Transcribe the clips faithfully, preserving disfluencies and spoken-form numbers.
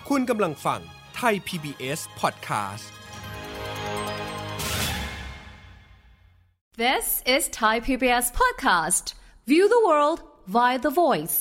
คุณกำลังฟังไทย พี บี เอส Podcast This is Thai พี บี เอส Podcast. View the world via the voice.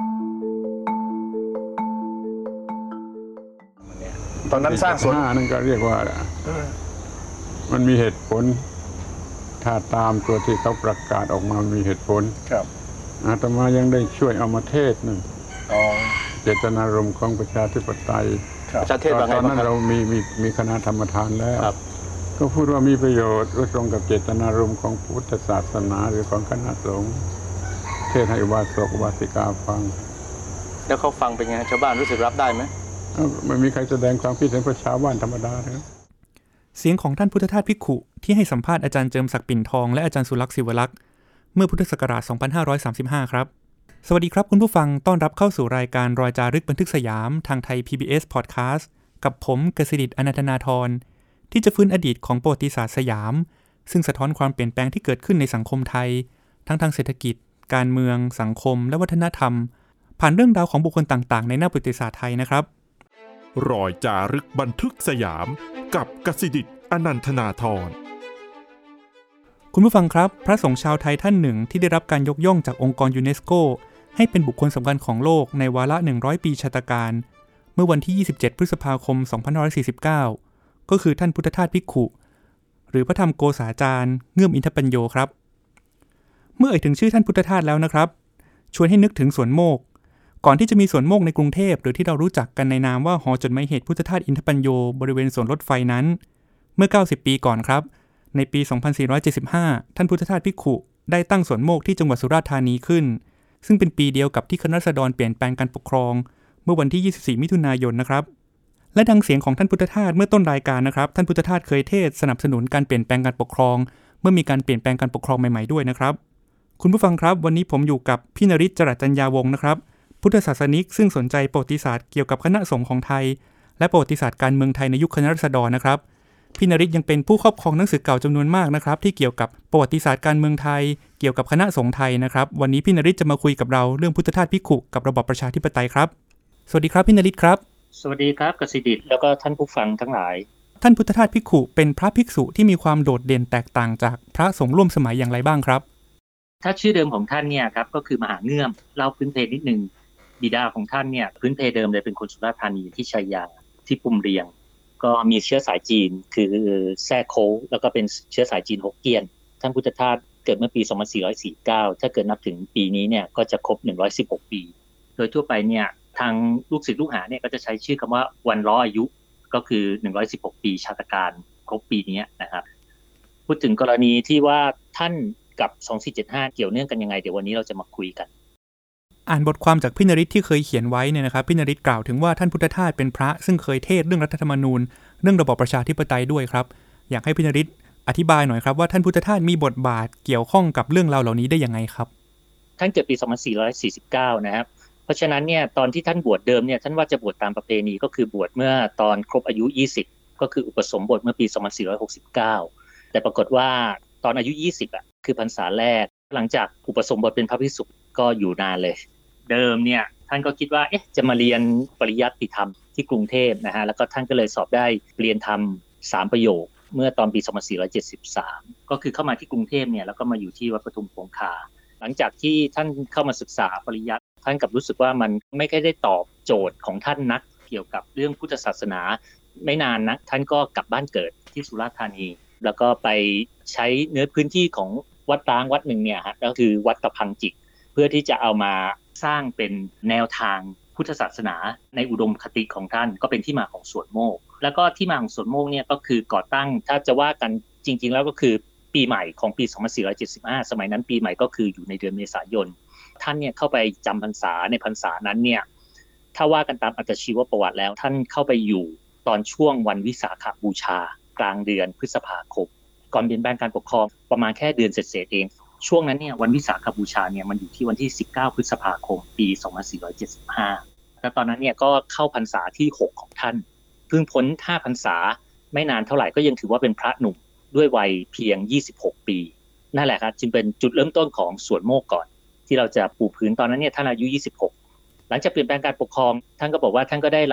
ตอนนั้นสร้างสวนนั่นก็เรียกว่ามันมีเหตุผลถ้าตามตัวที่เขาประกาศออกมามีเหตุผลครับอาตมายังได้ช่วยเอามาเทศน์นึงอ๋อเจตนารมณ์ของประชาธิปไตยครับประชาเทศน์ว่าไงตอนนั้นเรามีมีมีคณะธรรมทานแล้วก็พูดว่ามีประโยชน์ตรงกับเจตนารมณ์ของพุทธศาสนาหรือของคณะสงฆ์เทศน์ให้อุบาสกอุบาสิกาฟังแล้วเขาฟังเป็นไงชาวบ้านรู้สึกรับได้ไหมไม่มีใครแสดงความคิดเห็นประชาชนธรรมดาครับเสียงของท่านพุทธทาสภิกขุที่ให้สัมภาษณ์อาจารย์เจิมศักดิ์ปิ่นทองและอาจารย์สุลักษณ์ศิวลักษณ์เมื่อพุทธศักราช สองพันห้าร้อยสามสิบห้า ครับสวัสดีครับคุณผู้ฟังต้อนรับเข้าสู่รายการรอยจารึกบันทึกสยามทางไทย พี บี เอส Podcast กับผมกฤษดิษฐ์อนันทนาธรที่จะฟื้นอดีตของประวัติศาสตร์สยามซึ่งสะท้อนความเปลี่ยนแปลงที่เกิดขึ้นในสังคมไทยทั้งทางเศรษฐกิจการเมืองสังคมและวัฒนธรรมผ่านเรื่องราวของบุคคลต่างๆในหน้าประวัติศาสตร์ไทยนะครับรอยจารึกบันทึกสยามกับกฤษดิษฐ์อนันทนาธรคุณผู้ฟังครับพระสงฆ์ชาวไทยท่านหนึ่งที่ได้รับการยกย่องจากองค์กรยูเนสโกให้เป็นบุคคลสำคัญของโลกในวาระหนึ่งร้อยปีชาตการเมื่อวันที่ยี่สิบเจ็ดพฤษภาคมสองพันห้าร้อยสี่สิบเก้าก็คือท่านพุทธทาสภิกขุหรือพระธรรมโกษาจารย์เงื่อมอินทปัญโยครับเมื่อเอ่ยถึงชื่อท่านพุทธทาสแล้วนะครับชวนให้นึกถึงสวนโมกก่อนที่จะมีสวนโมกในกรุงเทพหรือที่เรารู้จักกันในนามว่าหอจดหมายเหตุพุทธทาสอินทปัญโยบริเวณสวนรถไฟนั้นเมื่อเก้าสิบปีก่อนครับในปีสองพันสี่ร้อยเจ็ดสิบห้าท่านพุทธทาสภิกขุได้ตั้งสวนโมกที่จังหวัดสุราษฎร์ธานีขึ้นซึ่งเป็นปีเดียวกับที่คณะราษฎรเปลี่ยนแปลงการปกครองเมื่อวันที่ยี่สิบสี่มิถุนายนนะครับและดังเสียงของท่านพุทธทาสเมื่อต้นรายการนะครับท่านพุทธทาสเคยเทศสนับสนุนการเปลี่ยนแปลงการปกครองเมื่อมีการเปลี่ยนแปลงการปกครองใหม่ๆด้วยนะครับคุณผู้ฟังครับวันนี้ผมอยู่กับพี่นฤทธิ์จรัสจัญญาวงศ์นะครับพุทธศาสนิกซึ่งสนใจประวัติศาสตร์เกี่ยวกับคณะสงฆ์ของไทยและประวัติศาสตร์การเมืองไทยในยุคคณะราษฎรนะครับพี่นฤทธิ์ยังเป็นผู้ครอบครองหนังสือเก่าจำนวนมากนะครับที่เกี่ยวกับประวัติศาสตร์การเมืองไทยเกี่ยวกับคณะสงฆ์ไทยนะครับวันนี้พี่นฤทธิ์จะมาคุยกับเราเรื่องพุทธทาสภิกขุกับระบอบประชาธิปไตยครับสวัสดีครับพี่นฤทธิ์ครับสวัสดีครับกฤษดิษฐ์แล้วก็ท่านผู้ฟังทั้งหลายท่านพุทธทาสภิกขุเป็นพระภิกษุที่มีความโดดเด่นแตกต่างจากพระสงฆ์ร่วมสมัยอย่างไรบ้างครับถ้าชื่อเดิมของท่านเนี่ยครับก็คือมหาเงื่อมเล่าพื้นเพนิดนึงบิดาของท่านเนี่ยพื้นเพเดิมเลยเป็นคนสุราษฎร์ธานีที่ชัยยาที่ปุ่มเรียงก็มีเชื้อสายจีนคือแซ่โค้แล้วก็เป็นเชื้อสายจีนฮกเกี้ยนท่านพุทธทาสเกิดเมื่อปีสองพันสี่ร้อยสี่สิบเก้าถ้าเกิดนับถึงปีนี้เนี่ยก็จะครบหนึ่งร้อยสิบหกปีโดยทั่วไปเนี่ยทางลูกศิษย์ลูกหาเนี่ยก็จะใช้ชื่อคำว่าวันล้ออายุก็คือหนึ่งร้อยสิบหกปีชาตการครบปีนี้นะครับพูดถึงกรณีที่ว่าท่านกับสองพันสี่ร้อยเจ็ดสิบห้าเกี่ยวเนื่องกันยังไงเดี๋ยววันนี้เราจะมาคุยกันอ่านบทความจากพี่นฤทธิ์ที่เคยเขียนไว้เนี่ยนะครับพี่นฤทธิ์กล่าวถึงว่าท่านพุทธทาสเป็นพระซึ่งเคยเทศเรื่องรัฐธรรมนูญเรื่องระบอบประชาธิปไตยด้วยครับอยากให้พี่นฤทธิ์อธิบายหน่อยครับว่าท่านพุทธทาสมีบทบาทเกี่ยวข้องกับเรื่องราวเหล่านี้ได้ยังไงครับท่านเกิดปีสองพันสี่ร้อยสี่สิบเก้านะครับเพราะฉะนั้นเนี่ยตอนที่ท่านบวชเดิมเนี่ยท่านว่าจะบวชตามประเพณีก็คือบวชเมื่อตอนครบอายุยี่สิบก็คืออุปสมบทเมื่อปีสองพันสี่ร้อยหกสิบเก้าแต่ปรากฏว่าตอนอายุยี่สิบอ่ะคือพรรษาแรกหลังจากอุปสมบทเป็นพระภิกษุก็อยู่นานเลยเดิมเนี่ยท่านก็คิดว่าเอ๊ะจะมาเรียนปริยัติธรรมที่กรุงเทพนะฮะแล้วก็ท่านก็เลยสอบได้เรียนธรรมสามประโยคเมื่อตอนปีสองพันสี่ร้อยเจ็ดสิบสามก็คือเข้ามาที่กรุงเทพเนี่ยแล้วก็มาอยู่ที่วัดปทุมคงคาหลังจากที่ท่านเข้ามาศึกษาปริยัติท่านกลับรู้สึกว่ามันไม่ค่อยได้ตอบโจทย์ของท่านนักเกี่ยวกับเรื่องพุทธศาสนาไม่นานนะท่านก็กลับบ้านเกิดที่สุราษฎร์ธานีแล้วก็ไปใช้เนื้อพื้นที่ของวัดร้างวัดหนึ่งเนี่ยฮะก็คือวัดตะพังจิกเพื่อที่จะเอามาสร้างเป็นแนวทางพุทธศาสนาในอุดมคติของท่านก็เป็นที่มาของสวนโมกแล้วก็ที่มาของสวนโมกเนี่ยก็คือก่อตั้งถ้าจะว่ากันจริงๆแล้วก็คือปีใหม่ของปีสองพันสี่ร้อยเจ็ดสิบห้าสมัยนั้นปีใหม่ก็คืออยู่ในเดือนเมษายนท่านเนี่ยเข้าไปจำพรรษาในพรรษานั้นเนี่ยถ้าว่ากันตามอัตชีวประวัติแล้วท่านเข้าไปอยู่ตอนช่วงวันวิสาขบูชากลางเดือนพฤษภาคมก่อนเปลี่ยนแปลงการปกครองประมาณแค่เดือนเศษๆเองช่วงนั้นเนี่ยวันวิสาขบูชาเนี่ยมันอยู่ที่วันที่สิบเก้าพฤษภาคมปีสองพันสี่ร้อยเจ็ดสิบห้าแล้วตอนนั้นเนี่ยก็เข้าพรรษาที่หกของท่านเพิ่งพ้นห้าพรรษาไม่นานเท่าไหร่ก็ยังถือว่าเป็นพระหนุ่มด้วยวัยเพียงยี่สิบหกปีนั่นแหละครับจึงเป็นจุดเริ่มต้นของสวนโมกก่อนที่เราจะปูพื้นตอนนั้นเนี่ยท่านอายุยี่สิบหกหลังจากเปลี่ยนแปลงการปกครองท่านก็บอกว่าท่านก็ได้รับ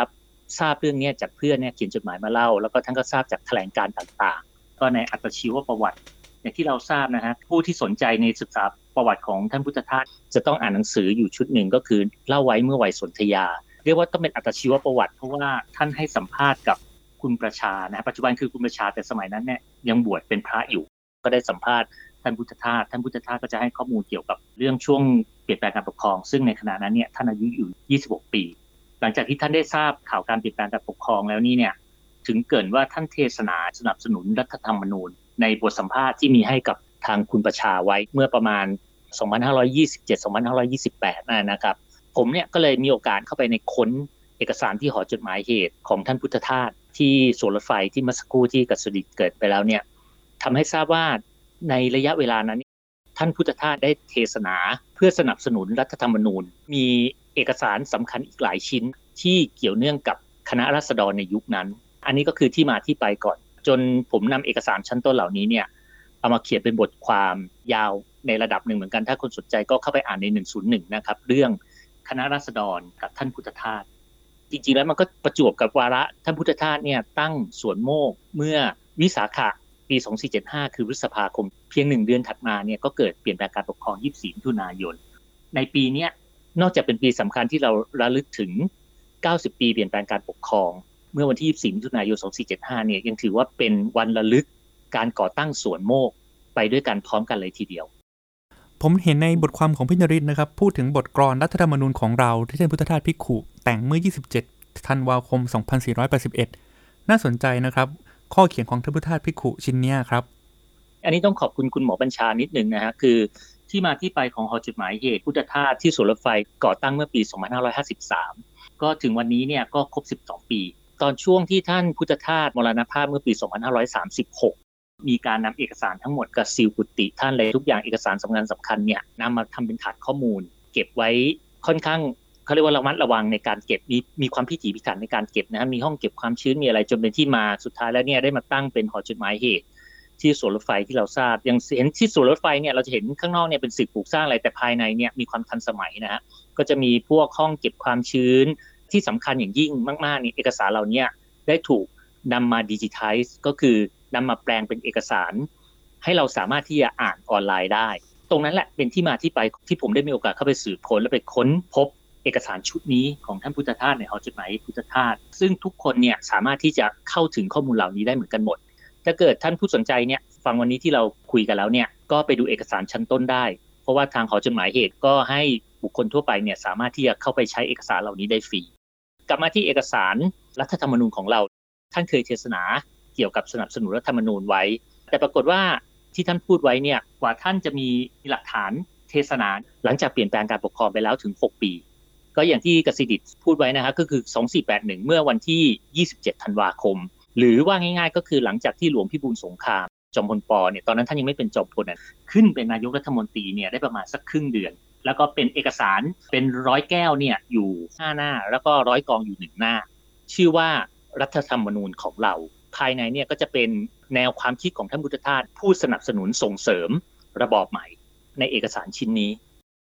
ทราบเรื่องนี้จากเพื่อนเนี่ยเขียนจดหมายมาเล่าแล้วก็ท่านก็ทราบจากแถลงการณ์ต่างๆก็ในอัตชีวประวัติอย่างที่เราทราบนะฮะผู้ที่สนใจในศึกษาประวัติของท่านพุทธทาสจะต้องอ่านหนังสืออยู่ชุดหนึ่งก็คือเล่าไว้เมื่อวัยสนธยาเรียกว่าต้องเป็นอัตชีวประวัติเพราะว่าท่านให้สัมภาษณ์กับคุณประชานะปัจจุบันคือคุณประชาแต่สมัยนั้นเนี่ยยังบวชเป็นพระอยู่ก็ได้สัมภาษณ์ท่านพุทธทาสท่านพุทธทาสก็จะให้ข้อมูลเกี่ยวกับเรื่องช่วงเปลี่ยนแปลงการปกครองซึ่งในขณะนั้นเนี่ยท่านอายุอยู่ยี่สิบหกปีหลังจากที่ท่านได้ทราบข่าวการเปลี่ยนแปลงการปกครองแล้วนี่เนี่ยถึงเกิดว่าท่านเทศนาสนับสนุนรัฐธรรมนูญในบทสัมภาษณ์ที่มีให้กับทางคุณประชาไว้เมื่อประมาณสองพันห้าร้อยยี่สิบเจ็ด สองพันห้าร้อยยี่สิบแปดนั่นนะครับผมเนี่ยก็เลยมีโอกาสเข้าไปในค้นเอกสารที่หอจดหมายเหตุของท่านพุทธทาสที่สวนรถไฟที่เมื่อสักครู่ที่กสิณเกิดไปแล้วเนี่ยทำให้ทราบว่าในระยะเวลานั้นท่านพุทธทาสได้เทศนาเพื่อสนับสนุนรัฐธรรมนูญมีเอกสารสำคัญอีกหลายชิ้นที่เกี่ยวเนื่องกับคณะราษฎรในยุคนั้นอันนี้ก็คือที่มาที่ไปก่อนจนผมนำเอกสารชั้นต้นเหล่านี้เนี่ยเอามาเขียนเป็นบทความยาวในระดับหนึ่งเหมือนกันถ้าคนสนใจก็เข้าไปอ่านในหนึ่งศูนย์หนึ่งนะครับเรื่องคณะราษฎรกับท่านพุทธทาสจริงๆแล้วมันก็ประจวบกับวาระท่านพุทธทาสเนี่ยตั้งสวนโมกเมื่อวิสาขะปีสองพันสี่ร้อยเจ็ดสิบห้าคือพฤษภาคมเพียงหนึ่งเดือนถัดมาเนี่ยก็เกิดเปลี่ยนแปลงการปกครองยี่สิบสี่มิถุนายนในปีนี้นอกจากเป็นปีสำคัญที่เราระลึกถึงเก้าสิบปีเปลี่ยนแปลงการปกครองเมื่อวันที่ยี่สิบสี่มิถุนายนสองพันสี่ร้อยเจ็ดสิบห้าเนี่ยยังถือว่าเป็นวันระลึกการก่อตั้งสวนโมกไปด้วยกันพร้อมกันเลยทีเดียวผมเห็นในบทความของพี่นฤทธิ์นะครับพูดถึงบทกลอนรัฐธรรมนูญของเราที่ท่านพุทธทาสภิกขุแต่งเมื่อยี่สิบเจ็ดธันวาคมสองพันสี่ร้อยแปดสิบเอ็ดน่าสนใจนะครับข้อเขียนของท่านพุทธทาสภิกขุชิ้นนี้ครับอันนี้ต้องขอบคุณคุณหมอบัญชานิดนึงนะฮะคือที่มาที่ไปของหอจดหมายเหตุพุทธทาสที่สวนรถไฟก่อตั้งเมื่อปีสองพันห้าร้อยห้าสิบสามก็ถึงวันนี้เนี่ยก็ครบสิบสองปีตอนช่วงที่ท่านพุทธทาสมรณภาพเมื่อปีสองพันห้าร้อยสามสิบหกมีการนำเอกสารทั้งหมดกับซีลกุฏิท่านเลยทุกอย่างเอกสารสำคัญสำคัญเนี่ยนำมาทำเป็นฐานข้อมูลเก็บไว้ค่อนข้างเขาเรียกว่าระมัดระวังในการเก็บมีมีความพิถีพิถันในการเก็บนะมีห้องเก็บความชื้นมีอะไรจนเป็นที่มาสุดท้ายแล้วเนี่ยได้มาตั้งเป็นหอจดหมายเหตุที่สวนรถไฟที่เราทราบยังเห็นที่สวนรถไฟเนี่ยเราจะเห็นข้างนอกเนี่ยเป็นสิ่งปลูกสร้างอะไรแต่ภายในเนี่ยมีความทันสมัยนะฮะก็จะมีพวกห้องเก็บความชื้นที่สำคัญอย่างยิ่งมากๆนี่เอกสารเหล่านี้ได้ถูกนำมาดิจิทัลก็คือนำมาแปลงเป็นเอกสารให้เราสามารถที่จะอ่านออนไลน์ได้ตรงนั้นแหละเป็นที่มาที่ไปที่ผมได้มีโอกาสเข้าไปสืบค้นและไปค้นพบเอกสารชุดนี้ของท่านพุทธทาสในหอจดหมายพุทธทาสซึ่งทุกคนเนี่ยสามารถที่จะเข้าถึงข้อมูลเหล่านี้ได้เหมือนกันหมดถ้าเกิดท่านผู้สนใจเนี่ยฟังวันนี้ที่เราคุยกันแล้วเนี่ยก็ไปดูเอกสารชั้นต้นได้เพราะว่าทางหอจดหมายเหตุก็ให้บุคคลทั่วไปเนี่ยสามารถที่จะเข้าไปใช้เอกสารเหล่านี้ได้ฟรีกลับมาที่เอกสารรัฐธรรมนูญของเราท่านเคยเทศนาเกี่ยวกับสนับสนุนรัฐธรรมนูญไว้แต่ปรากฏว่าที่ท่านพูดไว้เนี่ยกว่าท่านจะมีหลักฐานเทศนาหลังจากเปลี่ยนแปลงการปกครองไปแล้วถึงหกปีก็อย่างที่กสิณพูดไว้นะครับก็คือสองพันสี่ร้อยแปดสิบเอ็ดเมื่อวันที่ยี่สิบเจ็ดธันวาคมหรือว่าง่ายๆก็คือหลังจากที่หลวงพิบูลสงครามจอมพลป.เนี่ยตอนนั้นท่านยังไม่เป็นจอมพลนะขึ้นเป็นนายกรัฐมนตรีเนี่ยได้ประมาณสักครึ่งเดือนแล้วก็เป็นเอกสารเป็นร้อยแก้วเนี่ยอยู่ห้าหน้าแล้วก็ร้อยกองอยู่หนึ่งหน้าชื่อว่ารัฐธรรมนูญของเราภายในเนี่ยก็จะเป็นแนวความคิดของท่านพุทธทาสผู้สนับสนุนส่งเสริมระบอบใหม่ในเอกสารชิ้นนี้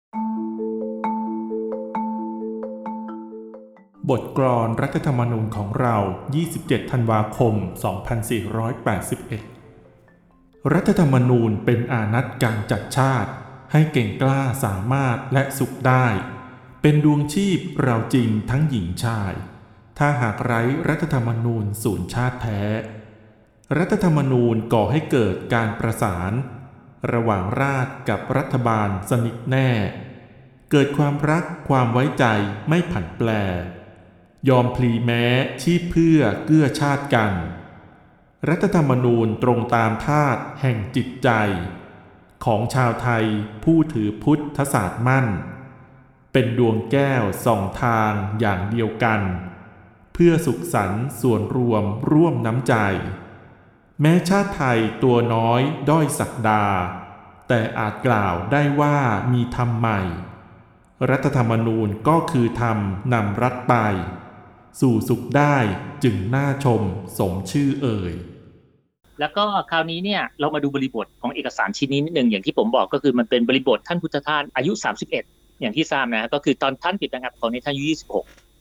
บทกลอนรัฐธรรมนูญของเรายี่สิบเจ็ดธันวาคมสองพันสี่ร้อยแปดสิบเอ็ดรัฐธรรมนูญเป็นอานัตการจัดชาติให้เก่งกล้าสามารถและสุขได้เป็นดวงชีพเราจริงทั้งหญิงชายถ้าหากไร้รัฐธรรมนูญสูญชาติแท้รัฐธรรมนูญก่อให้เกิดการประสานระหว่างราษฎร์กับรัฐบาลสนิทแน่เกิดความรักความไว้ใจไม่ผันแปรยอมพลีแม้ชีพเพื่อเกื้อชาติกันรัฐธรรมนูญตรงตามธาตุแห่งจิตใจของชาวไทยผู้ถือพุทธศาสตร์มั่นเป็นดวงแก้วส่องทางอย่างเดียวกันเพื่อสุขสันต์ส่วนรวมร่วมน้ำใจแม้ชาติไทยตัวน้อยด้อยศักดาแต่อาจกล่าวได้ว่ามีธรรมใหม่รัฐธรรมนูญก็คือธรรมนำรัฐไปสู่สุขได้จึงน่าชมสมชื่อเอ่ยแล้วก็คราวนี้เนี่ยเรามาดูบริบทของเอกสารชิ้นนี้นิดนึงอย่างที่ผมบอกก็คือมันเป็นบริบทท่านพุทธทาสอายุสามสิบเอ็ดอย่างที่ทราบนะก็คือตอนท่านเปลี่ยนแปลงการปกครองในท่านอายุยี่สิบหก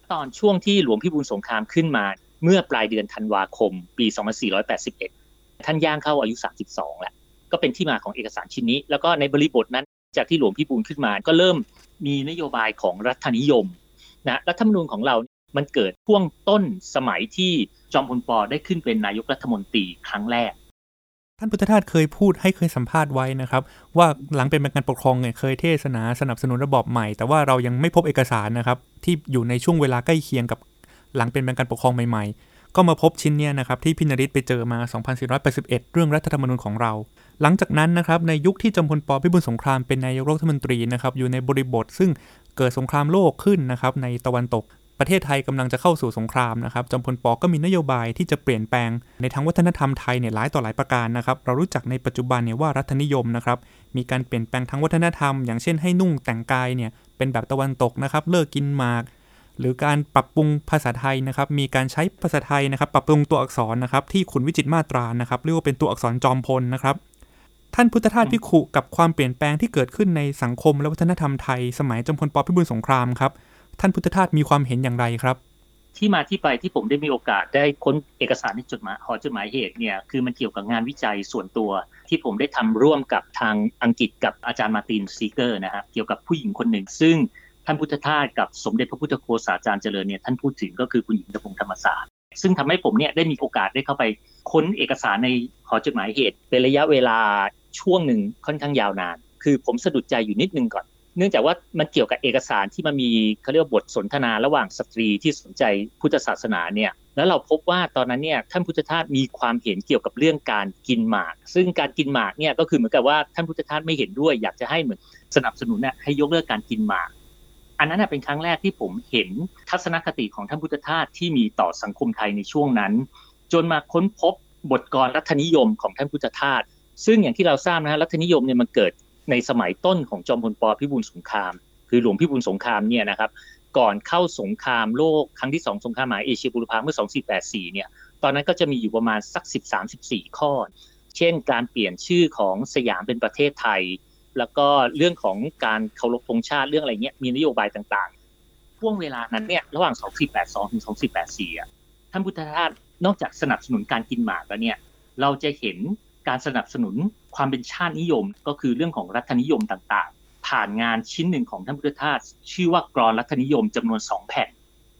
ตอนช่วงที่หลวงพิบูลสงครามขึ้นมาเมื่อปลายเดือนธันวาคมปีสองพันสี่ร้อยแปดสิบเอ็ดท่านย่างเข้าอายุสามสิบสองแล้วก็เป็นที่มาของเอกสารชิ้นนี้แล้วก็ในบริบทนั้นจากที่หลวงพิบูลขึ้นมาก็เริ่มมีนโยบายของรัฐนิยมนะรัฐธรรมนูญของเรามันเกิดช่วงต้นสมัยที่จอมพลป.ได้ขึ้นเป็นนายกรัฐมนตรีครั้งแรกท่านพุทธทาสเคยพูดให้เคยสัมภาษณ์ไว้นะครับว่าหลังเป็นการปกครองเนี่ยเคยเทศนาสนับสนุนระบอบใหม่แต่ว่าเรายังไม่พบเอกสารนะครับที่อยู่ในช่วงเวลาใกล้เคียงกับหลังเป็นการปกครองใหม่ๆก็มาพบชิ้นเนี้ยนะครับที่พี่นฤทธิ์ไปเจอมาสองพันสี่ร้อยแปดสิบเอ็ดเรื่องรัฐธรรมนูญของเราหลังจากนั้นนะครับในยุคที่จอมพลป.พิบูลสงครามเป็นนายกรัฐมนตรีนะครับอยู่ในบริบทซึ่งเกิดสงครามโลกขึ้นนะครับในตะวันตกประเทศไทยกำลังจะเข้าสู่สงครามนะครับจอมพลป.ก็มีนโยบายที่จะเปลี่ยนแปลงในทางวัฒนธรรมไทยเนี่ยหลายต่อหลายประการนะครับเรารู้จักในปัจจุบันเนี่ยว่ารัฐนิยมนะครับมีการเปลี่ยนแปลงทางวัฒนธรรมอย่างเช่นให้นุ่งแต่งกายเนี่ยเป็นแบบตะวันตกนะครับเลิกกินหมากหรือการปรับปรุงภาษาไทยนะครับมีการใช้ภาษาไทยนะครับปรับปรุงตัวอักษรนะครับที่ขุนวิจิตรมาตรานะครับเรียกว่าเป็นตัวอักษรจอมพลนะครับท่านพุทธทาสภิกขุกับความเปลี่ยนแปลงที่เกิดขึ้นในสังคมและวัฒนธรรมไทยสมัยจอมพลป.พิบูลสงครามครับท่านพุทธทาสมีความเห็นอย่างไรครับที่มาที่ไปที่ผมได้มีโอกาสได้ค้นเอกสารในจดหมายหอจดหมายเหตุเนี่ยคือมันเกี่ยวกับงานวิจัยส่วนตัวที่ผมได้ทำร่วมกับทางอังกฤษกับอาจารย์มาร์ตินซีเกอร์นะครับเกี่ยวกับผู้หญิงคนหนึ่งซึ่งท่านพุทธทาสกับสมเด็จพระพุทธโฆษาจารย์เจริญเนี่ยท่านพูดถึงก็คือคุณหญิงดำรงธรรมศาสตร์ซึ่งทำให้ผมเนี่ยได้มีโอกาสได้เข้าไปค้นเอกสารในหอจดหมายเหตุเป็นระยะเวลาช่วงหนึ่งค่อนข้างยาวนานคือผมสะดุดใจอยู่นิดนึงก่อนเนื่องจากว่ามันเกี่ยวกับเอกสารที่มันมีเขาเรียกว่าบทสนทนาระหว่างสตรีที่สนใจพุทธศาสนาเนี่ยแล้วเราพบว่าตอนนั้นเนี่ยท่านพุทธทาสมีความเห็นเกี่ยวกับเรื่องการกินหมากซึ่งการกินหมากเนี่ยก็คือเหมือนกับว่าท่านพุทธทาสไม่เห็นด้วยอยากจะให้เหมือนสนับสนุนเนี่ยให้ยกเลิกการกินหมากอันนั้นเป็นครั้งแรกที่ผมเห็นทัศนคติของท่านพุทธทาสที่มีต่อสังคมไทยในช่วงนั้นจนมาค้นพบบทกลรัฐนิยมของท่านพุทธทาสซึ่งอย่างที่เราทราบนะฮะรัฐนิยมเนี่ยมันเกิดในสมัยต้นของจอมพลป.พิบูลสงครามคือหลวงพิบูลสงครามเนี่ยนะครับก่อนเข้าสงครามโลกครั้งที่สองสงครามมหาเอเชียบูรพาเมื่อสองพันสี่ร้อยแปดสิบสี่เนี่ยตอนนั้นก็จะมีอยู่ประมาณสักสิบสาม สิบสี่ข้อเช่นการเปลี่ยนชื่อของสยามเป็นประเทศไทยแล้วก็เรื่องของการเคารพธงชาติเรื่องอะไรเงี้ยมีนโยบายต่างๆช่วงเวลานั้นเนี่ยระหว่างสองพันสี่ร้อยแปดสิบสองถึงสองพันสี่ร้อยแปดสิบสี่อ่ะท่านพุทธทาสนอกจากสนับสนุนการกินหมากแล้วเนี่ยเราจะเห็นการสนับสนุนความเป็นชาตินิยมก็คือเรื่องของรัฐนิยมต่างๆผ่านงานชิ้นหนึ่งของท่านพุทธทาสชื่อว่ากลอนรัฐนิยมจำนวนสองแผ่น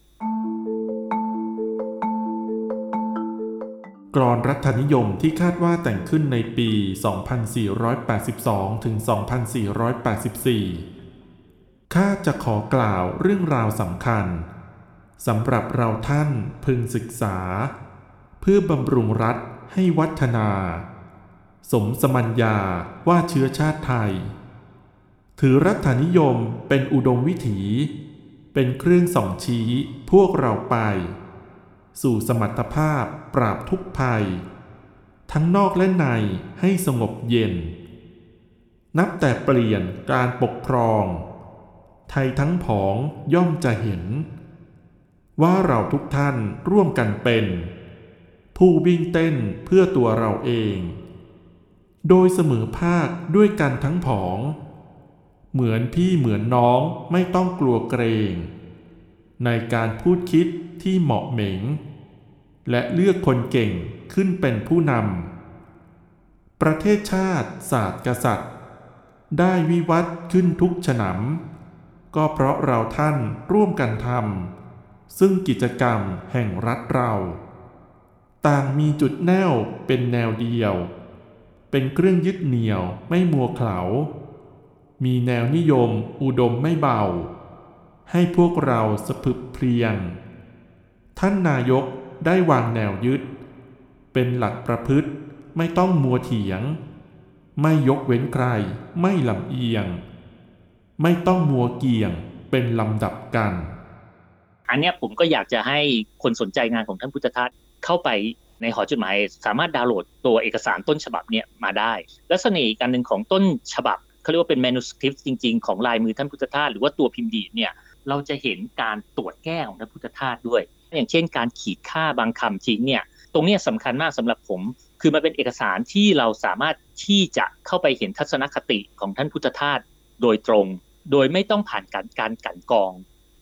กลอนรัฐนิยมที่คาดว่าแต่งขึ้นในปี สองพันสี่ร้อยแปดสิบสอง ถึง สองพันสี่ร้อยแปดสิบสี่ ข้าจะขอกล่าวเรื่องราวสำคัญสำหรับเราท่านพึงศึกษาเพื่อบำรุงรัฐให้วัฒนาสมสมัญญาว่าเชื้อชาติไทยถือรัฐนิยมเป็นอุดมวิถีเป็นเครื่องส่องชี้พวกเราไปสู่สมรรถภาพปราบทุกภัยทั้งนอกและในให้สงบเย็นนับแต่เปลี่ยนการปกครองไทยทั้งผองย่อมจะเห็นว่าเราทุกท่านร่วมกันเป็นผู้วิ่งเต้นเพื่อตัวเราเองโดยเสมอภาคด้วยกันทั้งผองเหมือนพี่เหมือนน้องไม่ต้องกลัวเกรงในการพูดคิดที่เหมาะเหม็งและเลือกคนเก่งขึ้นเป็นผู้นำประเทศชาติศาสตร์กษัตริย์ได้วิวัฒน์ขึ้นทุกฉนำก็เพราะเราท่านร่วมกันทำซึ่งกิจกรรมแห่งรัฐเราต่างมีจุดแนวเป็นแนวเดียวเป็นเครื่องยึดเหนี่ยวไม่มัวเขลามีแนวนิยมอุดมไม่เบาให้พวกเราสะพึบเพรียงท่านนายกได้วางแนวยึดเป็นหลักประพฤติไม่ต้องมัวเถียงไม่ยกเว้นใครไม่ลำเอียงไม่ต้องมัวเกี่ยงเป็นลำดับกันอันเนี้ยผมก็อยากจะให้คนสนใจงานของท่านพุทธทาสเข้าไปในหอจดหมายสามารถดาวน์โหลดตัวเอกสารต้นฉบับเนี่ยมาได้และเสน่ห์อีกอันหนึ่งของต้นฉบับเขาเรียกว่าเป็น manuscript จริงๆของลายมือท่านพุทธทาสหรือว่าตัวพิมพ์ดีดเนี่ยเราจะเห็นการตรวจแก้ของท่านพุทธทาสด้วยอย่างเช่นการขีดค่าบางคำทิ้งเนี่ยตรงนี้สำคัญมากสำหรับผมคือมันเป็นเอกสารที่เราสามารถที่จะเข้าไปเห็นทัศนคติของท่านพุทธทาสโดยตรงโดยไม่ต้องผ่านการการกลั่นกรอง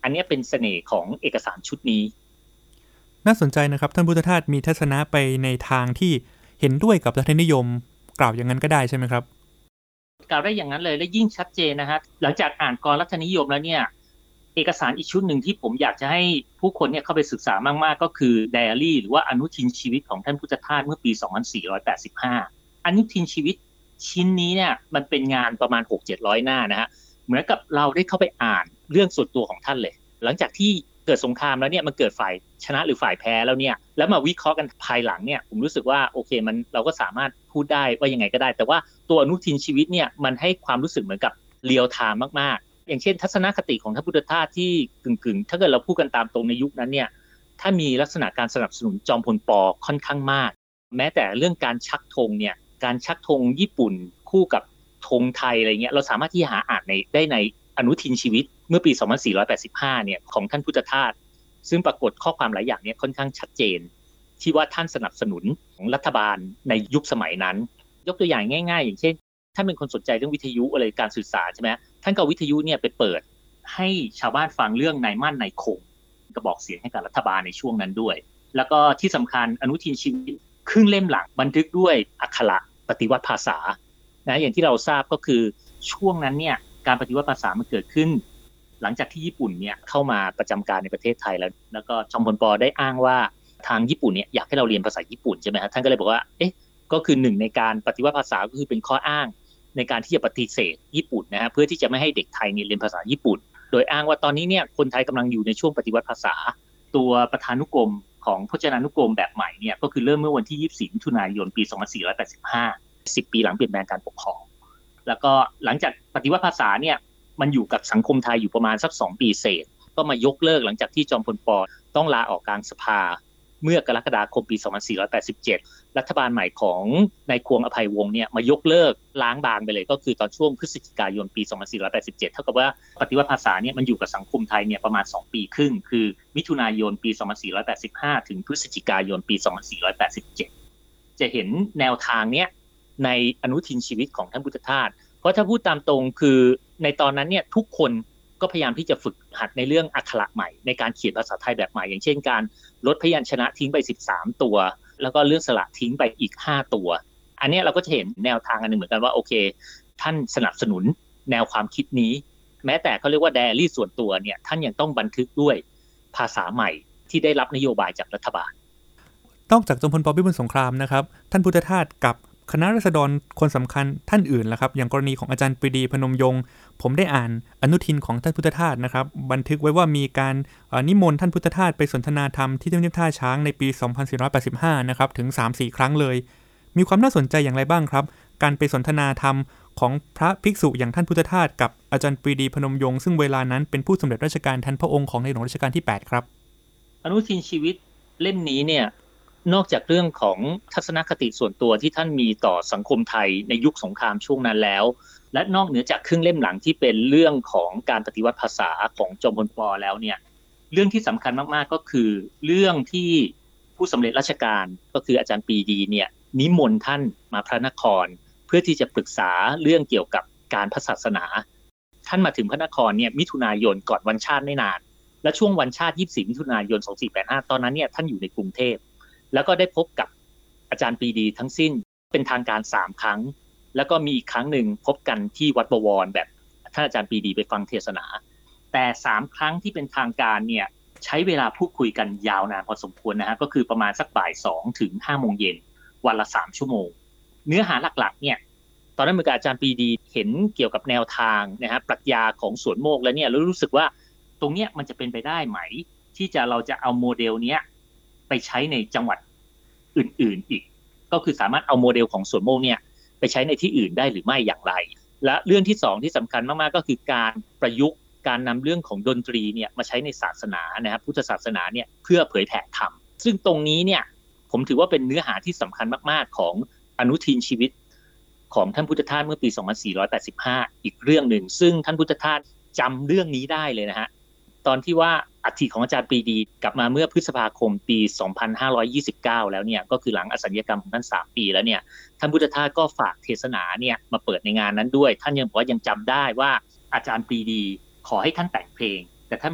อันนี้เป็นเสน่ห์ของเอกสารชุดนี้น่าสนใจนะครับท่านพุทธทาสมีทัศนะไปในทางที่เห็นด้วยกับรัฐนิยมกล่าวอย่างนั้นก็ได้ใช่ไหมครับกล่าวได้อย่างนั้นเลยและยิ่งชัดเจนนะฮะหลังจากอ่านกรรัฐนิยมแล้วเนี่ยเอกสารอีกชุดหนึ่งที่ผมอยากจะให้ผู้คนเนี่ยเข้าไปศึกษามากๆก็คือไดอารี่หรือว่าอนุทินชีวิตของท่านพุทธทาสเมื่อปีสองพันสี่ร้อยแปดสิบห้าอนุทินชีวิตชิ้นนี้เนี่ยมันเป็นงานประมาณ หกถึงเจ็ดร้อย หน้านะฮะเหมือนกับเราได้เข้าไปอ่านเรื่องส่วนตัวของท่านเลยหลังจากที่เกิดสงครามแล้วเนี่ยมันเกิดฝ่ายชนะหรือฝ่ายแพ้แล้วเนี่ยแล้วมาวิเคราะห์กันภายหลังเนี่ยผมรู้สึกว่าโอเคมันเราก็สามารถพูดได้ว่ายังไงก็ได้แต่ว่าตัวอนุทินชีวิตเนี่ยมันให้ความรู้สึกเหมือนกับเรียลไทม์มากๆอย่างเช่นทัศนคติของท่านพุทธทาสที่กึ่งๆถ้าเกิดเราพูดกันตามตรงในยุคนั้นเนี่ยถ้ามีลักษณะการสนับสนุนจอมพลป.ค่อนข้างมากแม้แต่เรื่องการชักธงเนี่ยการชักธงญี่ปุ่นคู่กับธงไทยอะไรเงี้ยเราสามารถที่จะหาอ่านในได้ในอนุทินชีวิตเมื่อปีสองพันสี่ร้อยแปดสิบห้าเนี่ยของท่านพุทธทาสซึ่งปรากฏข้อความหลายอย่างเนี่ยค่อนข้างชัดเจนที่ว่าท่านสนับสนุนของรัฐบาลในยุคสมัยนั้นยกตัวอย่างง่ายๆอย่างเช่นท่านเป็นคนสนใจเรื่องวิทยุอะไรการสื่อสารใช่ไหมท่านก็วิทยุเนี่ยไปเปิดให้ชาวบ้านฟังเรื่องนายมั่นนายคงกระบอกเสียงให้กับรัฐบาลในช่วงนั้นด้วยแล้วก็ที่สำคัญอนุทินชีวิตครึ่งเล่มหลังบันทึกด้วยอักขระปฏิวัติภาษานะอย่างที่เราทราบก็คือช่วงนั้นเนี่ยการปฏิวัติภาษามันเกิดขึ้นหลังจากที่ญี่ปุ่นเนี่ยเข้ามาประจำการในประเทศไทยแล้วแล้วก็จอมพลป.ได้อ้างว่าทางญี่ปุ่นเนี่ยอยากให้เราเรียนภาษาญี่ปุ่นใช่ไหมครับท่านก็เลยบอกว่าเอ๊ะก็คือหนึ่งในการปฏิวัติภาษาก็คือเป็นข้ออ้างในการที่จะปฏิเสธญี่ปุ่นนะฮะเพื่อที่จะไม่ให้เด็กไทยเนี่ยเรียนภาษาญี่ปุ่นโดยอ้างว่าตอนนี้เนี่ยคนไทยกำลังอยู่ในช่วงปฏิวัติภาษาตัวประธานุกรมของพจนานุกรมแบบใหม่เนี่ยก็คือเริ่มเมื่อวันที่ยี่สิบสี่มิถุนายนปีสองพันสี่ร้อยแปดสิบห้า สิบปีหลังเปลี่ยนแปลงการปกครองแล้วก็หลังจากปฏิวัติภาษาเนี่ยมันอยู่กับสังคมไทยอยู่ประมาณสักสองปีเศษก็มายกเลิกหลังจากที่จอมพลป.ต้องลาออกกลางสภาเมื่อกรกฎาคมปีสองพันสี่ร้อยแปดสิบเจ็ดรัฐบาลใหม่ของนายควงอภัยวงศ์เนี่ยมายกเลิกล้างบางไปเลยก็คือตอนช่วงพฤศจิกายนปีสองพันสี่ร้อยแปดสิบเจ็ดเท่ากับว่าปฏิวัติภาษาเนี่ยมันอยู่กับสังคมไทยเนี่ยประมาณสองปีครึ่งคือมิถุนายนปีสองพันสี่ร้อยแปดสิบห้าถึงพฤศจิกายนปีสองพันสี่ร้อยแปดสิบเจ็ดจะเห็นแนวทางเนี้ยในอนุทินชีวิตของท่านพุทธทาสเพราะถ้าพูดตามตรงคือในตอนนั้นเนี่ยทุกคนก็พยายามที่จะฝึกหัดในเรื่องอักขระใหม่ในการเขียนภาษาไทยแบบใหม่อย่างเช่นการลดพยัญชนะทิ้งไปสิบสามตัวแล้วก็เรื่องสระทิ้งไปอีกห้าตัวอันนี้เราก็จะเห็นแนวทางอันนึงเหมือนกันว่าโอเคท่านสนับสนุนแนวความคิดนี้แม้แต่เขาเรียกว่าไดอารี่ส่วนตัวเนี่ยท่านยังต้องบันทึกด้วยภาษาใหม่ที่ได้รับนโยบายจากรัฐบาลนอกจากจอมพลป.พิบูลสงครามนะครับท่านพุทธทาสกับคณะราษฎรคนสำคัญท่านอื่นล่ะครับอย่างกรณีของอาจารย์ปรีดีพนมยงค์ผมได้อ่านอนุทินของท่านพุทธทาสนะครับบันทึกไว้ว่ามีการนิมนต์ท่านพุทธทาสไปสนทนาธรรมที่ทำเนียบท่าช้างในปีสองพันสี่ร้อยแปดสิบห้านะครับถึง สามถึงสี่ ครั้งเลยมีความน่าสนใจอย่างไรบ้างครับการไปสนทนาธรรมของพระภิกษุอย่างท่านพุทธทาสกับอาจารย์ปรีดีพนมยงค์ซึ่งเวลานั้นเป็นผู้สำเร็จราชการแทนพระองค์ของในหลวงรัชกาลที่แปดครับอนุทินชีวิตเล่มนี้เนี่ยนอกจากเรื่องของทัศนคติส่วนตัวที่ท่านมีต่อสังคมไทยในยุคสงครามช่วงนั้นแล้วและนอกเหนือจากครึ่งเล่มหลังที่เป็นเรื่องของการปฏิวัติภาษาของจอมพลป.แล้วเนี่ยเรื่องที่สำคัญมากๆก็คือเรื่องที่ผู้สำเร็จราชการก็คืออาจารย์ปรีดีเนี่ยนิมนต์ท่านมาพระนครเพื่อที่จะปรึกษาเรื่องเกี่ยวกับการพระศาสนาท่านมาถึงพระนครเนี่ยมิถุนายนก่อนวันชาติไม่นานและช่วงวันชาติยี่สิบสี่มิถุนายนสองพันสี่ร้อยแปดสิบห้าตอนนั้นเนี่ยท่านอยู่ในกรุงเทพแล้วก็ได้พบกับอาจารย์ปรีดีทั้งสิ้นเป็นทางการสามครั้งแล้วก็มีอีกครั้งหนึ่งพบกันที่วัดบวรแบบท่านอาจารย์ปรีดีไปฟังเทศนาแต่สามครั้งที่เป็นทางการเนี่ยใช้เวลาพูดคุยกันยาวนานพอสมควรนะฮะก็คือประมาณสักบ่ายสองถึงห้าโมงเย็นวันละสามชั่วโมงเนื้อหาหลักๆเนี่ยตอนนั้นเมื่ออาจารย์ปรีดีเห็นเกี่ยวกับแนวทางนะฮะปรัชญาของสวนโมกแล้วเนี่ยแล้วรู้สึกว่าตรงเนี้ยมันจะเป็นไปได้ไหมที่จะเราจะเอาโมเดลเนี้ยไปใช้ในจังหวัดอื่นๆอีกก็คือสามารถเอาโมเดลของสวนโมกเนี่ยไปใช้ในที่อื่นได้หรือไม่อย่างไรและเรื่องที่สองที่สำคัญมากๆก็คือการประยุกต์การนำเรื่องของดนตรีเนี่ยมาใช้ในศาสนานะครับพุทธศาสนาเนี่ยเพื่อเผยแผ่ธรรมซึ่งตรงนี้เนี่ยผมถือว่าเป็นเนื้อหาที่สำคัญมากๆของอนุทินชีวิตของท่านพุทธทาสเมื่อปีสองพันสี่ร้อยแปดสิบห้าอีกเรื่องหนึ่งซึ่งท่านพุทธทาสจำเรื่องนี้ได้เลยนะฮะตอนที่ว่าอัฐิของอาจารย์ปรีดีกลับมาเมื่อพฤษภาคมปีสองพันห้าร้อยยี่สิบเก้าแล้วเนี่ยก็คือหลังอสัญญกรรมของท่านสามปีแล้วเนี่ยท่านพุทธทาสก็ฝากเทศนาเนี่ยมาเปิดในงานนั้นด้วยท่านยังบอกว่ายังจำได้ว่าอาจารย์ปรีดีขอให้ท่านแต่งเพลงแต่ท่านบอกว่าท